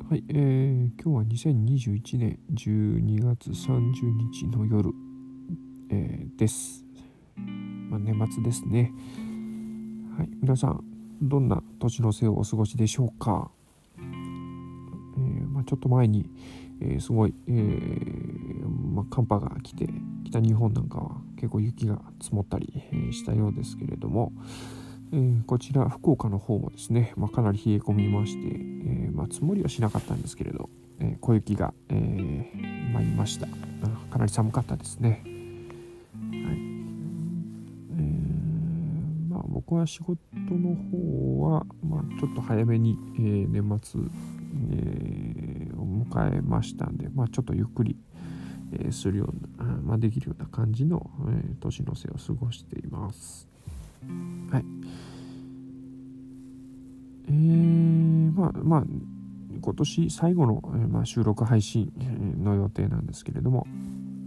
はい、今日は2021年12月30日の夜、です。年末ですね。はい、皆さんどんな年の瀬をお過ごしでしょうか。ちょっと前に、すごい、寒波が来て北日本なんかは結構雪が積もったり、したようですけれども、こちら福岡の方もですね、かなり冷え込みまして、積もりはしなかったんですけれど、小雪が、舞いました。かなり寒かったですね。はい。僕は仕事の方は、ちょっと早めに、年末、を迎えましたんで、ちょっとゆっくり、するような、できるような感じの、年の瀬を過ごしています。はい。今年最後の、収録配信の予定なんですけれども、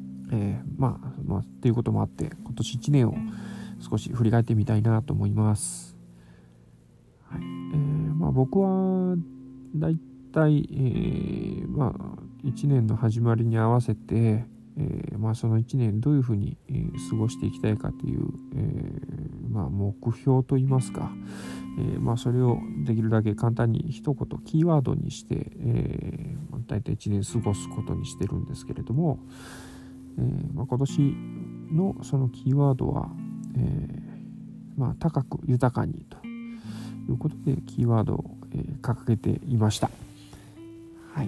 っていうこともあって今年1年を少し振り返ってみたいなと思います。はい。僕はだいたい、1年の始まりに合わせて、その1年どういうふうに、過ごしていきたいかという、目標といいますか、それをできるだけ簡単に一言キーワードにして、大体1年過ごすことにしてるんですけれども、今年のそのキーワードは、高く豊かにということでキーワードを、掲げていました。はい。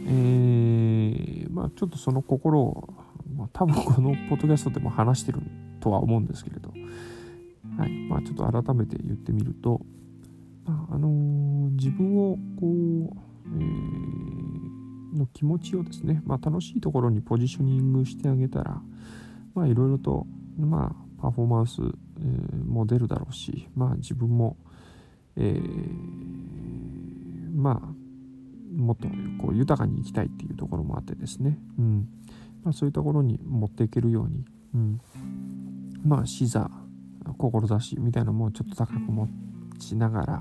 ちょっとその心を、多分このポッドキャストでも話してるとは思うんですけれど、はい。ちょっと改めて言ってみると、自分をこう、の気持ちをですね、楽しいところにポジショニングしてあげたら、いろいろと、パフォーマンス、も出るだろうし、自分も、もっとこう豊かに生きたいっていうところもあってですね、そういうところに持っていけるように、視座志みたいなのもちょっと高く持ちながら、はい、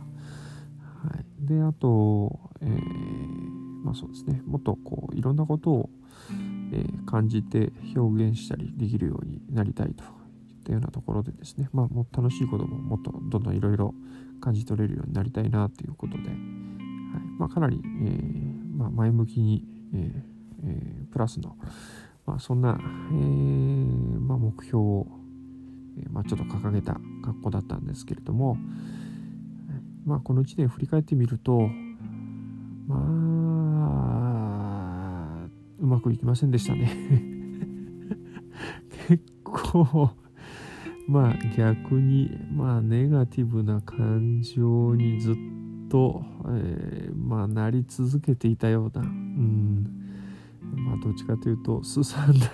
であと、そうですね、もっとこういろんなことを、感じて表現したりできるようになりたいといったようなところでですね、もう楽しいことももっとどんどんいろいろ感じ取れるようになりたいなということで、はい、かなり、前向きに、プラスの、そんな、目標を、ちょっと掲げた学校だったんですけれども、この1年振り返ってみると、うまくいきませんでしたね。結構逆にネガティブな感情にずっと、なり続けていたような、どっちかというとすさんだよ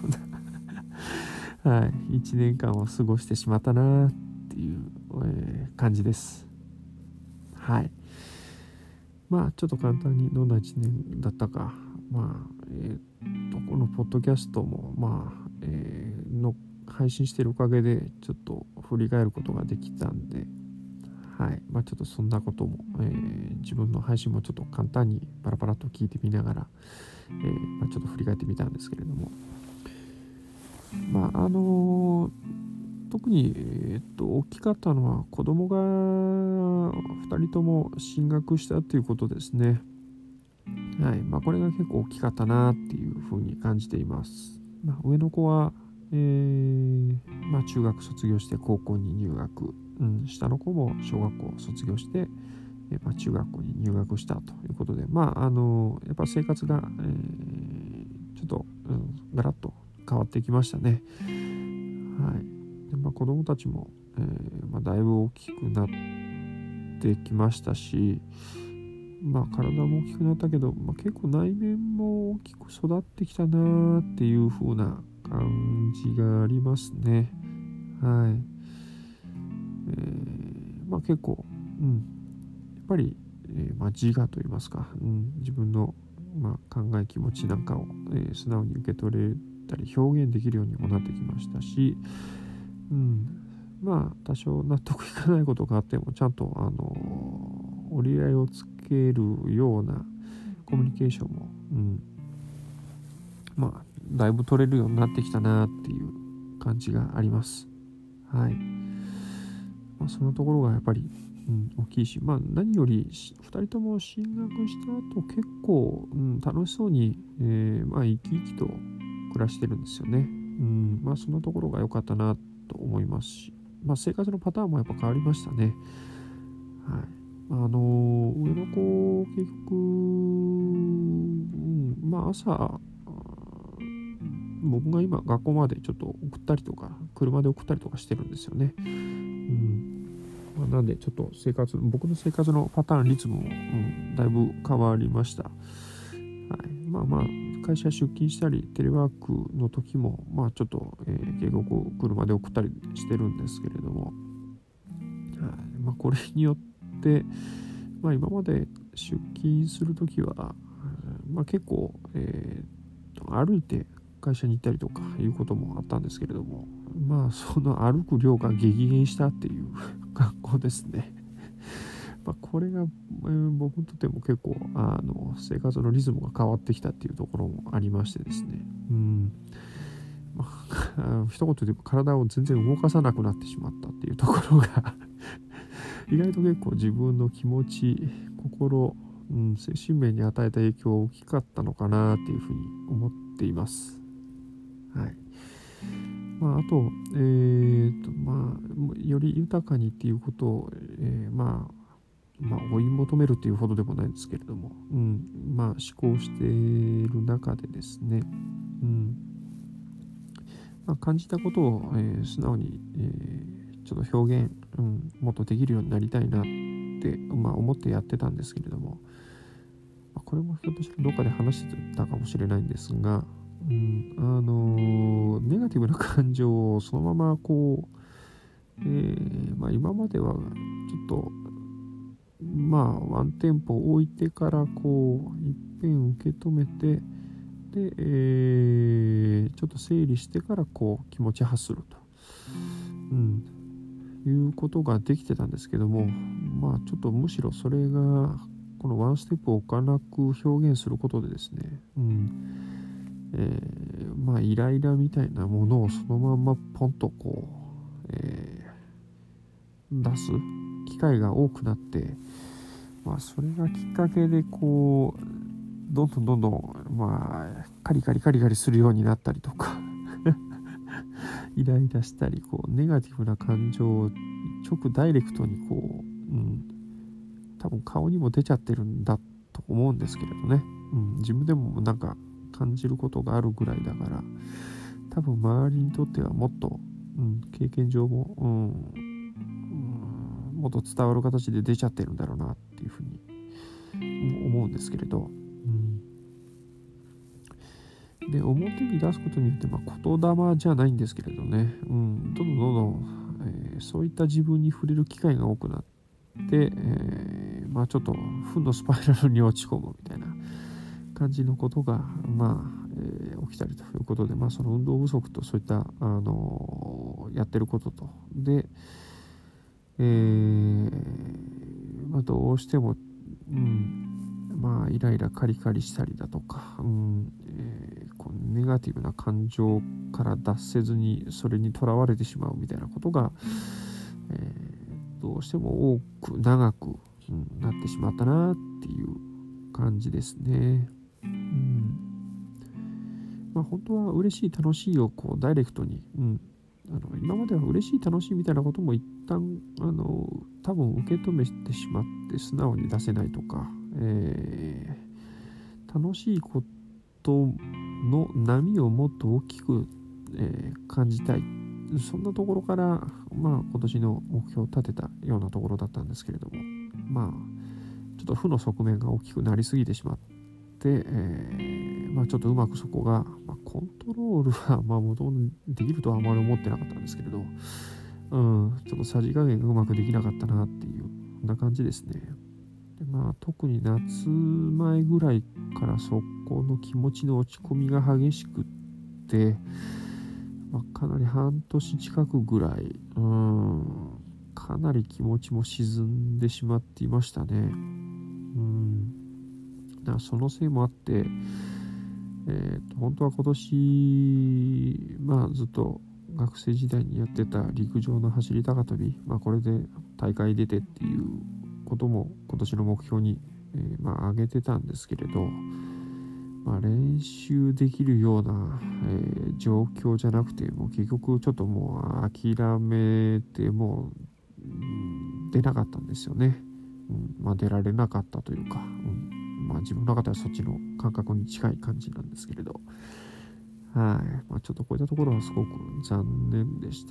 うなはい、1年間を過ごしてしまったなっていう、感じです。はい。ちょっと簡単にどんな1年だったか、このポッドキャストもの配信しているおかげでちょっと振り返ることができたんで、はい、ちょっとそんなことも、自分の配信もちょっと簡単にパラパラと聞いてみながら、ちょっと振り返ってみたんですけれども、特に、大きかったのは子供が2人とも進学したということですね。はい。これが結構大きかったなっていうふうに感じています。上の子は、中学卒業して高校に入学、下の子も小学校卒業して、中学校に入学したということで、やっぱ生活が、ちょっと、ガラッと変わってきましたね。はい。で、子供たちも、だいぶ大きくなってきましたし、体も大きくなったけど、結構内面も大きく育ってきたなっていう風な感じがありますね。はい。結構、やっぱり、自我といいますか、自分の、考え気持ちなんかを、素直に受け取れたり表現できるようにもなってきましたし、多少納得いかないことがあってもちゃんと折り合いをつけるような、 コミュニケーションも、だいぶ取れるようになってきたなっていう感じがあります。はい。そのところがやっぱり、大きいし、何より2人とも進学した後結構、楽しそうに、生き生きと暮らしてるんですよね。そのところが良かったなと思いますし、生活のパターンもやっぱ変わりましたね。はい。上の子結局、朝僕が今学校までちょっと送ったりとか車で送ったりとかしてるんですよね。なんでちょっと僕の生活のパターンリズムも、だいぶ変わりました。はい。会社出勤したりテレワークの時もちょっと、結局車で送ったりしてるんですけれども、はい。これによって今まで出勤する時は、結構、歩いて会社に行ったりとかいうこともあったんですけれども、その歩く量が激減したっていう学校ですね。これが、僕にとっても結構生活のリズムが変わってきたっていうところもありましてですね。一言で言えば体を全然動かさなくなってしまったっていうところが意外と結構自分の気持ち、心、精神面に与えた影響は大きかったのかなっていうふうに思っています。はい。あと、より豊かにっていうことを、追い求めるというほどでもないんですけれども、思考している中でですね、感じたことを、素直に、ちょっと表現、もっとできるようになりたいなって、思ってやってたんですけれども、これもひょっとしたらどっかで話してたかもしれないんですが、ネガティブな感情をそのまま今まではちょっとワンテンポ置いてから一遍受け止めてで、ちょっと整理してから気持ち発すると、いうことができてたんですけども、ちょっとむしろそれがこのワンステップを置かなく表現することでですね、イライラみたいなものをそのままポンと出す機会が多くなって、それがきっかけでどんどんカリカリするようになったりとかイライラしたりネガティブな感情を直ダイレクトに多分顔にも出ちゃってるんだと思うんですけれどね、自分でもなんか感じることがあるぐらいだから多分周りにとってはもっと、経験上も、もっと伝わる形で出ちゃってるんだろうなっていうふうに思うんですけれど、で表に出すことによって言霊じゃないんですけれどね、どんどん、そういった自分に触れる機会が多くなって、ちょっと負のスパイラルに落ち込むみたいな感じのことが起きたりということで、その運動不足とそういった、やってることとで、どうしても、イライラカリカリしたりだとか、ネガティブな感情から脱せずにそれにとらわれてしまうみたいなことが、どうしても多く長く、なってしまったなっていう感じですね。本当は嬉しい楽しいをダイレクトに、今までは嬉しい楽しいみたいなことも一旦多分受け止めてしまって素直に出せないとか、楽しいことの波をもっと大きく、感じたい、そんなところから今年の目標を立てたようなところだったんですけれども、ちょっと負の側面が大きくなりすぎてしまって、ちょっとうまくそこが、コントロールはもともとできるとはあまり思ってなかったんですけれど、ちょっとさじ加減がうまくできなかったなっていうこんな感じですね。で特に夏前ぐらいからそこの気持ちの落ち込みが激しくって、かなり半年近くぐらい、かなり気持ちも沈んでしまっていましたね。 そのせいもあって、本当は今年、ずっと学生時代にやってた陸上の走り高跳び、これで大会出てっていうことも今年の目標に、挙げてたんですけれど、練習できるような、状況じゃなくて、もう結局ちょっともう諦めて、もう、出なかったんですよね。出られなかったというか、自分の中ではそっちの感覚に近い感じなんですけれど、はい、ちょっとこういったところはすごく残念でした。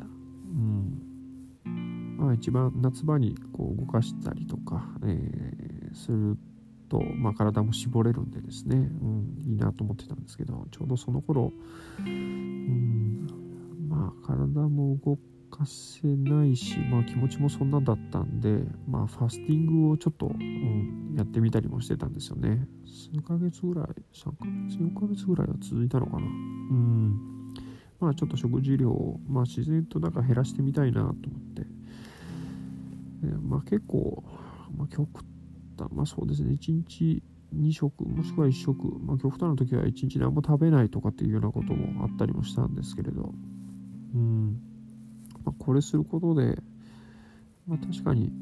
一番夏場にこう動かしたりとか、すると、体も絞れるんでですね、いいなと思ってたんですけど、ちょうどその頃、体も動かせないし、気持ちもそんなんだったんで、ファスティングをちょっと、やってみたりもしてたんですよね。数ヶ月ぐらい、3ヶ月、4ヶ月ぐらいは続いたのかな。ちょっと食事量を、自然と減らしてみたいなと思って、結構、極端、そうですね、1日2食、もしくは1食、極端な時は1日何も食べないとかっていうようなこともあったりもしたんですけれど、これすることで、確かに、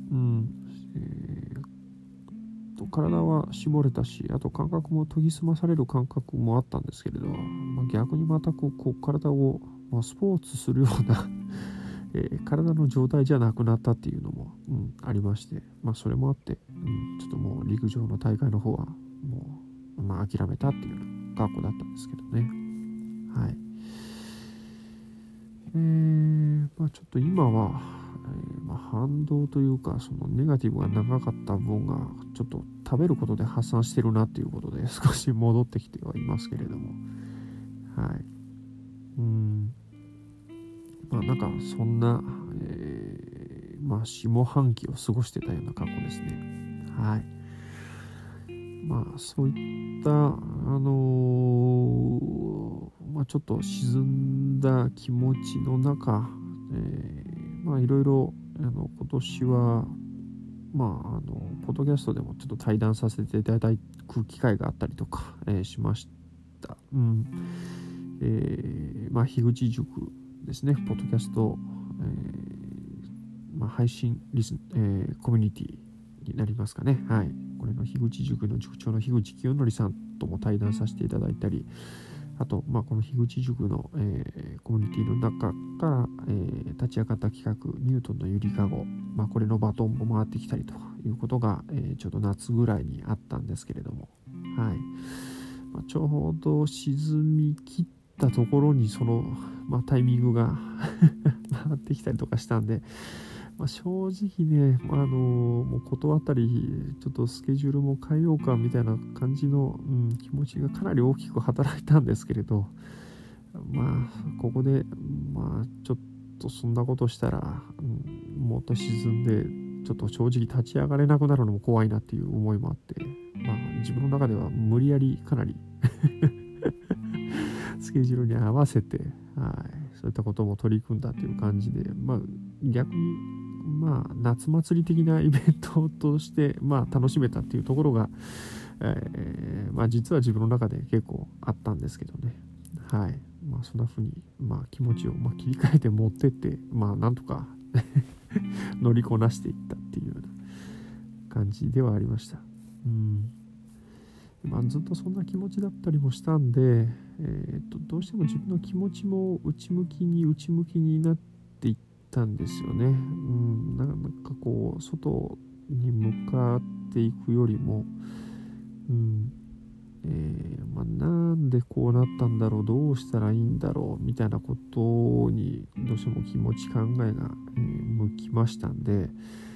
体は絞れたし、あと感覚も研ぎ澄まされる感覚もあったんですけれど、逆にまたこう体を、スポーツするような体の状態じゃなくなったっていうのも、ありまして、それもあって、ちょっともう陸上の大会の方はもう、諦めたっていうような学校だったんですけどね。はい。ちょっと今は、反動というか、そのネガティブが長かった分がちょっと食べることで発散してるなっていうことで少し戻ってきてはいますけれども、はい。そんな、下半期を過ごしてたような格好ですね。はい。そういった、ちょっと沈んだ気持ちの中、いろいろ今年はポッドキャストでもちょっと対談させていただく機会があったりとか、しました。樋口塾ですね、ポッドキャスト、配信コミュニティになりますかね。はい。これの樋口塾の塾長の樋口清則さんとも対談させていただいたり、あと、この樋口塾の、コミュニティの中から、立ち上がった企画ニュートンのゆりかご、これのバトンも回ってきたりということが、ちょうど夏ぐらいにあったんですけれども、はい。ちょうど沈み切ったところにその、タイミングが回ってきたりとかしたんで、正直ね、もう断ったり、ちょっとスケジュールも変えようかみたいな感じの、気持ちがかなり大きく働いたんですけれど、ここで、ちょっとそんなことしたら、もっと沈んで、ちょっと正直立ち上がれなくなるのも怖いなっていう思いもあって、自分の中では無理やりかなりスケジュールに合わせて、そういったことも取り組んだという感じで、逆に夏祭り的なイベントとして、楽しめたっていうところが、実は自分の中で結構あったんですけどね。はい。そんな風に、気持ちを、切り替えて持ってって、なんとか乗りこなしていったっていうような感じではありました。ずっとそんな気持ちだったりもしたんで、どうしても自分の気持ちも内向きになっていったんですよね。なんかこう外に向かっていくよりも、なんでこうなったんだろう、どうしたらいいんだろうみたいなことにどうしても気持ち考えが、向きましたんで、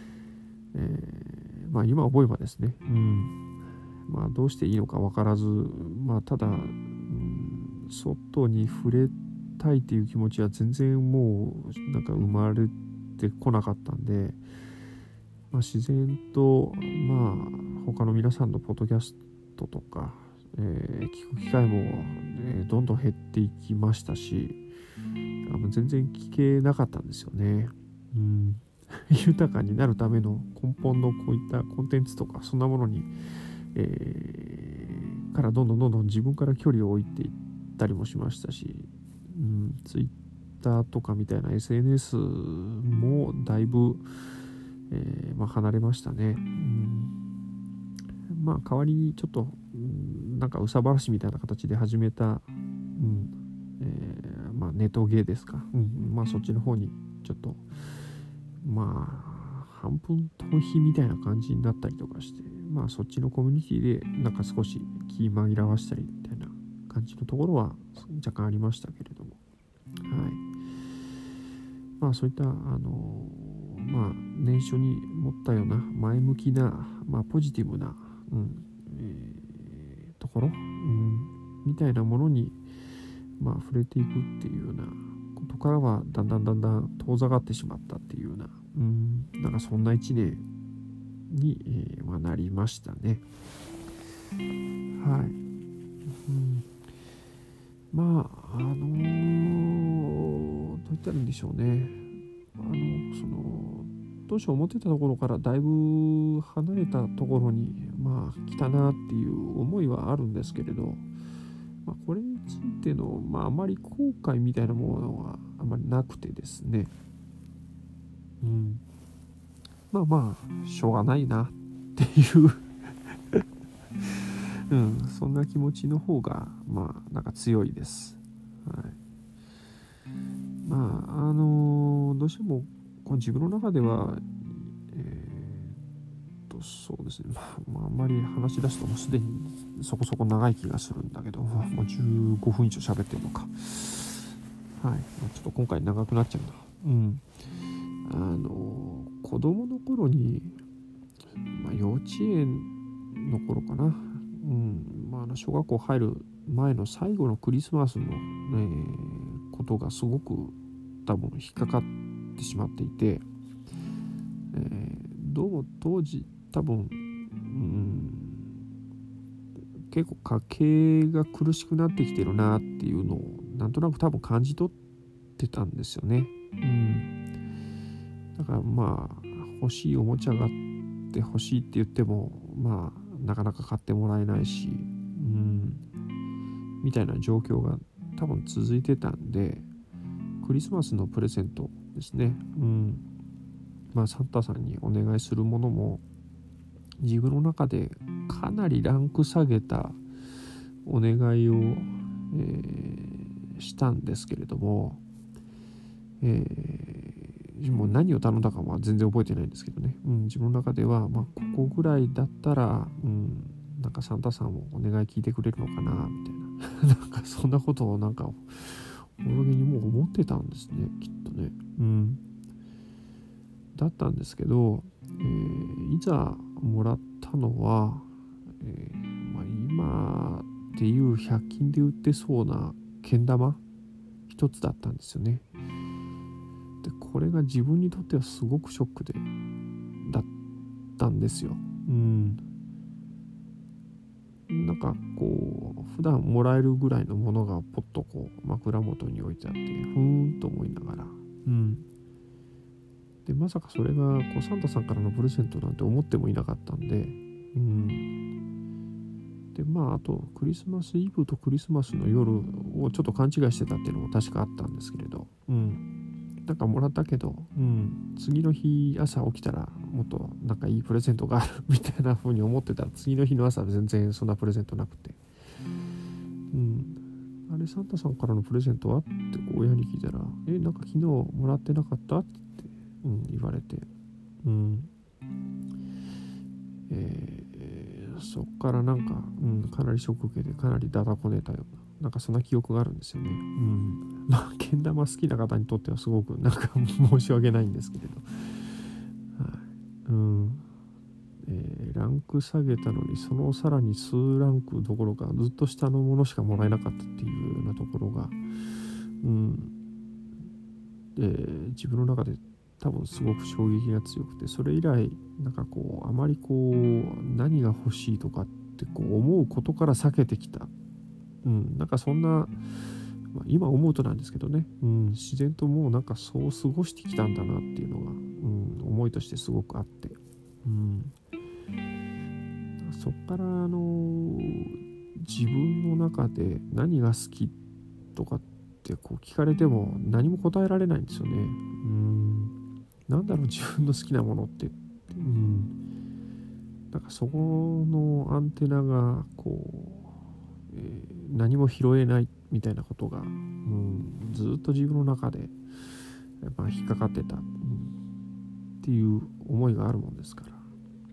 今思えばですね、どうしていいのか分からず、ただ、外に触れたいっていう気持ちは全然もう生まれてこなかったんで、自然と他の皆さんのポッドキャストとか、聞く機会も、どんどん減っていきましたし、全然聞けなかったんですよね。豊かになるための根本のこういったコンテンツとかそんなものに、 からどんどん自分から距離を置いていったりもしましたし、ツイッターとかみたいな SNS もだいぶ、離れましたね。代わりにちょっと、なんかうさばらしみたいな形で始めた、ネトゲですか、そっちの方にちょっと半分逃避みたいな感じになったりとかして、そっちのコミュニティでなんか少し気紛らわしたりみたいな感じのところは若干ありましたけれども、そういった年初に持ったような前向きな、ポジティブな、ところ、みたいなものに、触れていくっていうようなことからはだんだん遠ざかってしまったっていうような、なんかそんな一年に、なりましたね。はい。どう言ったらいいんでしょうね。当初思ってたところからだいぶ離れたところに来たなっていう思いはあるんですけれど、これについてのあまり後悔みたいなものはあまりなくてですね、しょうがないなっていうそんな気持ちの方がなんか強いです。どうしてもこう自分の中ではそうですね、あんまり話し出すともうすでにそこそこ長い気がするんだけど、もう15分以上喋ってるのか。ちょっと今回長くなっちゃうな。子供の頃に、幼稚園の頃かな、小学校入る前の最後のクリスマスの、ことがすごく多分引っかかってしまっていて、どうも当時多分、結構家計が苦しくなってきてるなっていうのをなんとなく多分感じ取ってたんですよね。だから欲しいおもちゃがあって欲しいって言ってもなかなか買ってもらえないし、みたいな状況が多分続いてたんで、クリスマスのプレゼントですね、サンタさんにお願いするものも自分の中でかなりランク下げたお願いを、したんですけれども、もう何を頼んだかは全然覚えてないんですけどね、自分の中では、ここぐらいだったら、なんかサンタさんもお願い聞いてくれるのかなみたいななんかそんなことをなんかおろげにもう思ってたんですね、きっとね。だったんですけど、いざもらったのは、今っていう100均で売ってそうなけん玉一つだったんですよね。でこれが自分にとってはすごくショックだったんですよ。なんかこう普段もらえるぐらいのものがポッとこう枕元に置いてあって、ふーんと思いながら、でまさかそれがこうサンタさんからのプレゼントなんて思ってもいなかったんで、であとクリスマスイブとクリスマスの夜をちょっと勘違いしてたっていうのも確かあったんですけれど、なんかもらったけど、次の日朝起きたらもっとなんかいいプレゼントがあるみたいな風に思ってたら、次の日の朝全然そんなプレゼントなくて、あれサンタさんからのプレゼントはってこう親に聞いたら、なんか昨日もらってなかったって、言われて、そっからなんか、かなりショック受けてかなりダダこねたような、なんかそんな記憶があるんですよね。けん玉好きな方にとってはすごくなんか申し訳ないんですけれど、ランク下げたのにそのさらに数ランクどころかずっと下のものしかもらえなかったっていうようなところが、自分の中で多分すごく衝撃が強くて、それ以来なんかこうあまりこう何が欲しいとかってこう思うことから避けてきた、なんかそんな、今思うとなんですけどね、自然ともうなんかそう過ごしてきたんだなっていうのが、思いとしてすごくあって、そっから自分の中で何が好きとかってこう聞かれても何も答えられないんですよね。なんだろう自分の好きなものって、なんかそこのアンテナがこう、何も拾えないみたいなことが、ずっと自分の中で、引っかかってた、っていう思いがあるもんですから、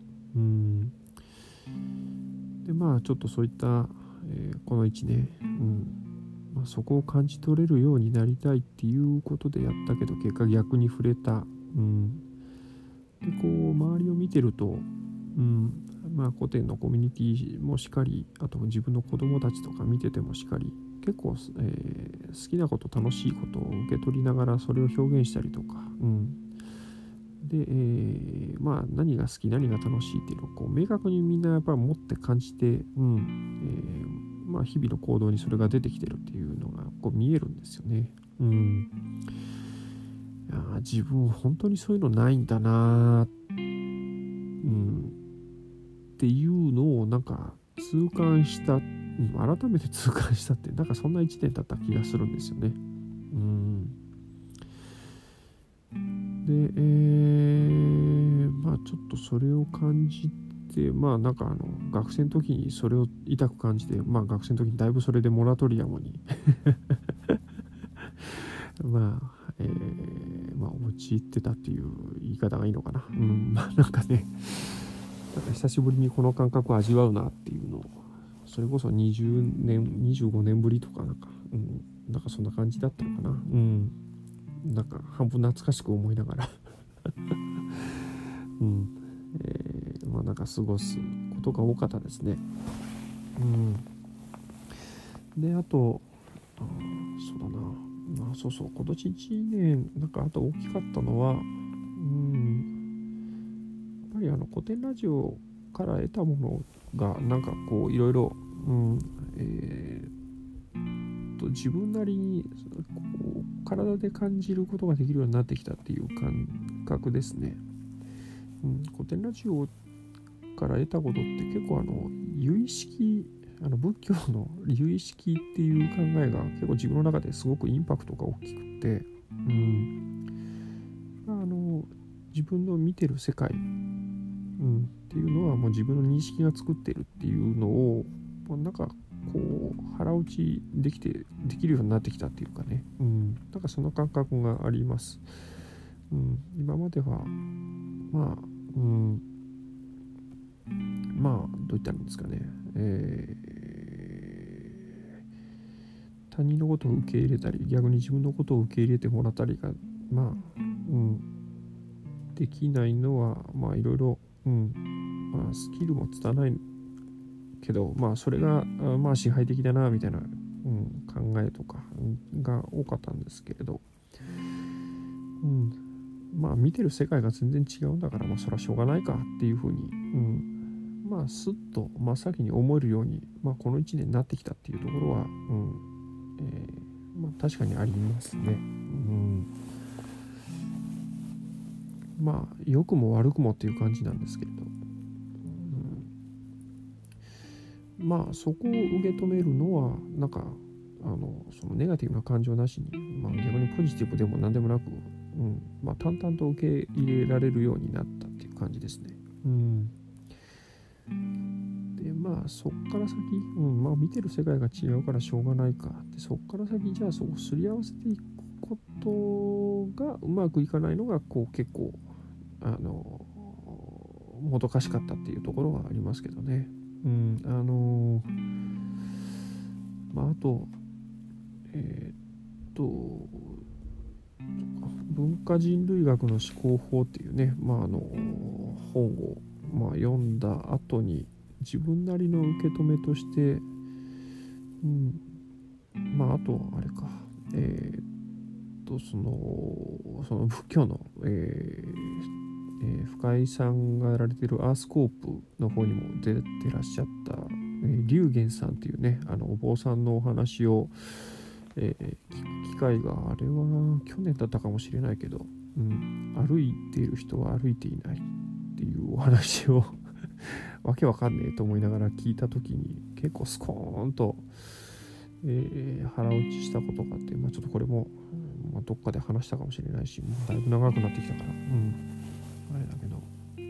でちょっとそういった、この1年、そこを感じ取れるようになりたいっていうことでやったけど結果逆に触れた、でこう周りを見てると、古典のコミュニティもしかり、あと自分の子供たちとか見ててもしかり、結構、好きなこと楽しいことを受け取りながらそれを表現したりとか、で、何が好き何が楽しいっていうのをこう明確にみんなやっぱり持って感じて、日々の行動にそれが出てきてるっていうのがこう見えるんですよね。いや自分本当にそういうのないんだな、っていうのをなんか痛感した、改めて痛感したってなんかそんな1年経った気がするんですよね。で、ちょっとそれを感じて、学生の時にそれを痛く感じて、学生の時にだいぶそれでモラトリアムに陥ってたっていう言い方がいいのかな。なんか久しぶりにこの感覚を味わうなっていうのを、それこそ20年25年ぶりとかなんかそんな感じだったのかな。なんか半分懐かしく思いながらなんか過ごすことが多かったですね。であとそうだな、今年1年なんかあと大きかったのは、やっぱり古典ラジオから得たものがなんかこういろいろ自分なりにこう体で感じることができるようになってきたっていう感覚ですね。古典ラジオから得たことって結構有意識、仏教の有意識っていう考えが結構自分の中ですごくインパクトが大きくて、自分の見てる世界、っていうのはもう自分の認識が作ってるっていうのをなんかこう腹落ちできるようになってきたっていうかね、なんかその感覚があります。今まではどういったらいいんですかね、他人のことを受け入れたり逆に自分のことを受け入れてもらったりができないのはいろいろスキルもつたないけどそれが支配的だなみたいな、考えとかが多かったんですけれど、見てる世界が全然違うんだからそれはしょうがないかっていうふうに、スッと真っ先に思えるように、この1年になってきたっていうところは、確かにありますね。良くも悪くもっていう感じなんですけれど、そこを受け止めるのはなんかそのネガティブな感情なしに、逆にポジティブでも何でもなく、淡々と受け入れられるようになったっていう感じですね。でそっから先、見てる世界が違うからしょうがないかで、そっから先じゃあそこすり合わせていくことがうまくいかないのがこう結構もどかしかったっていうところはありますけどね。あと文化人類学の思考法っていうね、本を、読んだ後に自分なりの受け止めとして、あとあれかその仏教の、深井さんがやられているアースコープの方にも出てらっしゃった、龍玄さんっていうねお坊さんのお話を、聞く機会があれは去年だったかもしれないけど、歩いている人は歩いていないっていうお話をわけわかんねえと思いながら聞いた時に結構スコーンと、腹落ちしたことがあって、ちょっとこれも、どっかで話したかもしれないし、もうだいぶ長くなってきたから、あれだけど、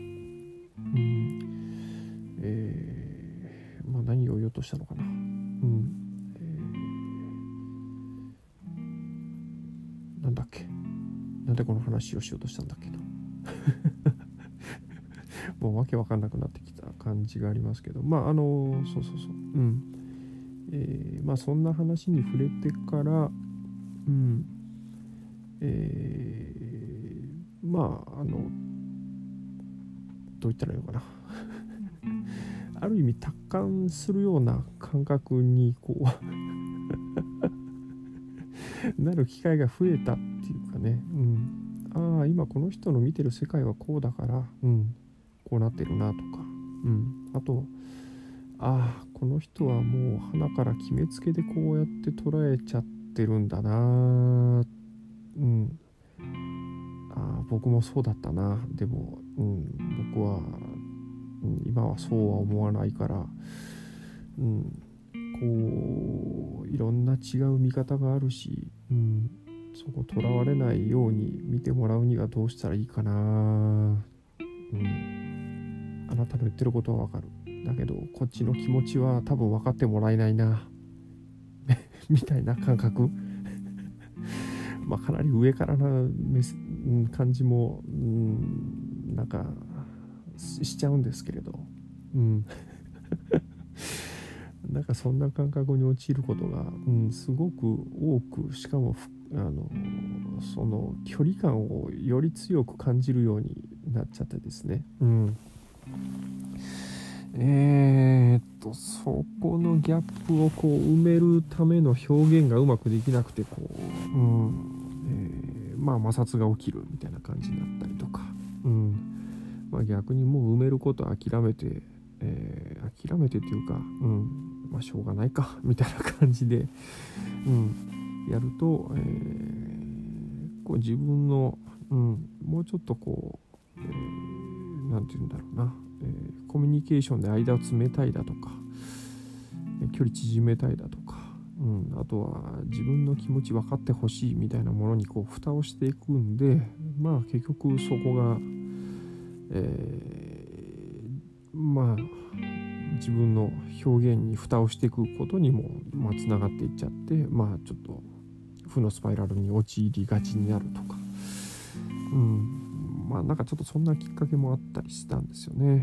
何を言おうとしたのかな。なんだっけ、なんでこの話をしようとしたんだっけなもうわけわかんなくなってきた感じがありますけど、そうそんな話に触れてから、どう言ったらいいのかなある意味達観するような感覚にこうなる機会が増えたっていうかね、今この人の見てる世界はこうだから、こうなってるなとか、あとこの人はもう鼻から決めつけでこうやって捉えちゃってるんだな、僕もそうだったな、でも、僕は、今はそうは思わないから、こういろんな違う見方があるし、そことらわれないように見てもらうにはどうしたらいいかな、あなたの言ってることはわかる、だけどこっちの気持ちは多分分かってもらえないなみたいな感覚かなり上からな感じも、なんかしちゃうんですけれど、なんかそんな感覚に陥ることが、すごく多く、しかもその距離感をより強く感じるようになっちゃってですね、そこのギャップをこう埋めるための表現がうまくできなくて、こう、摩擦が起きるみたいな感じになったりとか、逆にもう埋めることを諦めてっていうか、しょうがないかみたいな感じで、やると、こう自分の、もうちょっとこう、なんて言うんだろうな、コミュニケーションで間を詰めたいだとか、距離縮めたいだとか、あとは自分の気持ち分かってほしいみたいなものにこう蓋をしていくんで、結局そこが、自分の表現に蓋をしていくことにもつながっていっちゃって、ちょっと負のスパイラルに陥りがちになるとか、なんかちょっとそんなきっかけもあったりしたんですよね。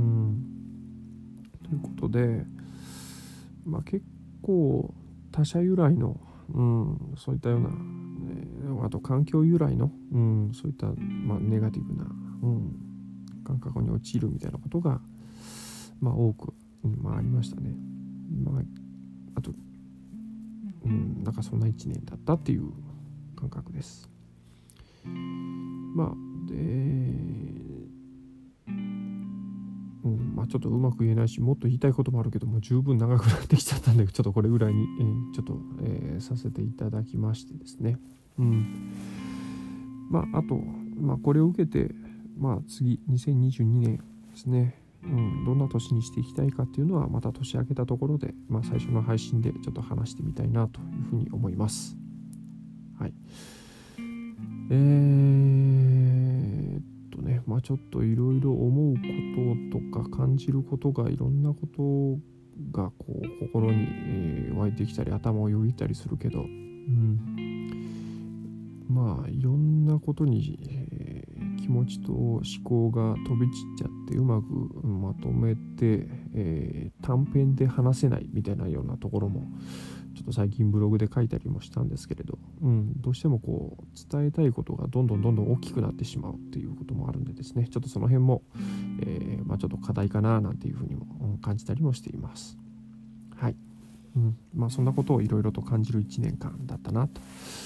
ということで、結構他者由来の、そういったような、あと環境由来の、そういった、ネガティブな、感覚に陥るみたいなことが、多く、ありましたね。あと、なんかそんな1年だったっていう感覚です。ちょっとうまく言えないし、もっと言いたいこともあるけども、十分長くなってきちゃったんで、ちょっとこれぐらいに、ちょっと、させていただきましてですね。あと、これを受けて、次2022年ですね、どんな年にしていきたいかっていうのはまた年明けたところで、最初の配信でちょっと話してみたいなというふうに思います。はい。ちょっといろいろ思うこととか感じることが、いろんなことがこう心に、湧いてきたり頭をよぎったりするけど、いろんなことに、気持ちと思考が飛び散っちゃってうまくまとめて、短編で話せないみたいなようなところもちょっと最近ブログで書いたりもしたんですけれど、どうしてもこう伝えたいことがどんどん大きくなってしまうっていうこともあるんでですね、ちょっとその辺も、ちょっと課題かななんていうふうにも感じたりもしています。はい。そんなことをいろいろと感じる1年間だったなと、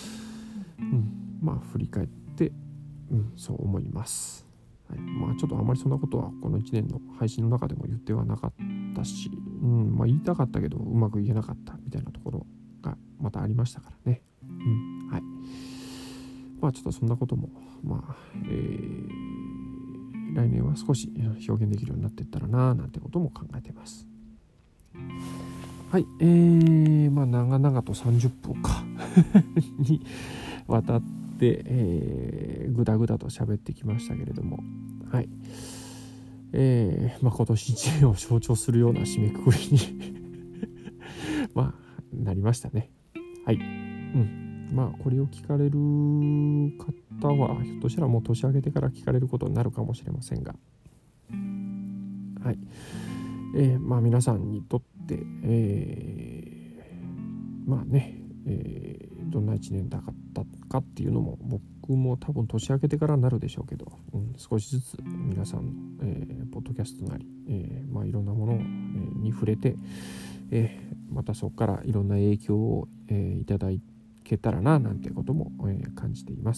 振り返って、そう思います。はい。ちょっとあまりそんなことはこの1年の配信の中でも言ってはなかったし、言いたかったけどうまく言えなかったみたいなところがまたありましたからね。はい。ちょっとそんなことも来年は少し表現できるようになっていったらななんてことも考えています。はい、長々と30分かにわたって、ぐだぐだと喋ってきましたけれども、はい、今年1年を象徴するような締めくくりになりましたね。はい、これを聞かれる方はひょっとしたらもう年明けてから聞かれることになるかもしれませんが、はい、皆さんにとって、どんな1年だったかっていうのも僕も多分年明けてからなるでしょうけど、少しずつ皆さんの、ポッドキャストなり、いろんなものに触れて、またそこからいろんな影響を、いただけたらななんてことも、感じています。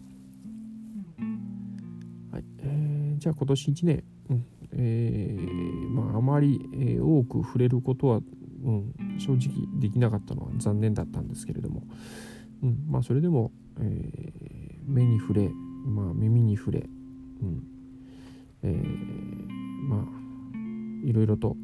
はい、じゃあ今年1年、あまり、多く触れることは、正直できなかったのは残念だったんですけれども、それでも、目に触れ、耳に触れ、いろいろと、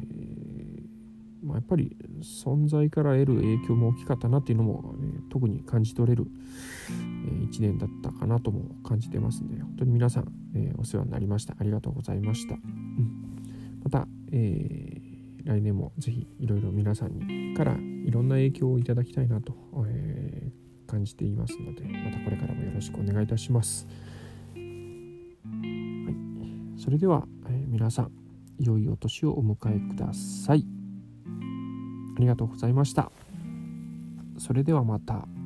やっぱり存在から得る影響も大きかったなっていうのも、特に感じ取れる、1年だったかなとも感じてますので、本当に皆さん、お世話になりました。ありがとうございました。また、来年もぜひいろいろ皆さんにからいろんな影響をいただきたいなと、感じていますので、またこれからもよろしくお願いいたします。はい、それでは、皆さん良いお年をお迎えください。ありがとうございました。それではまた。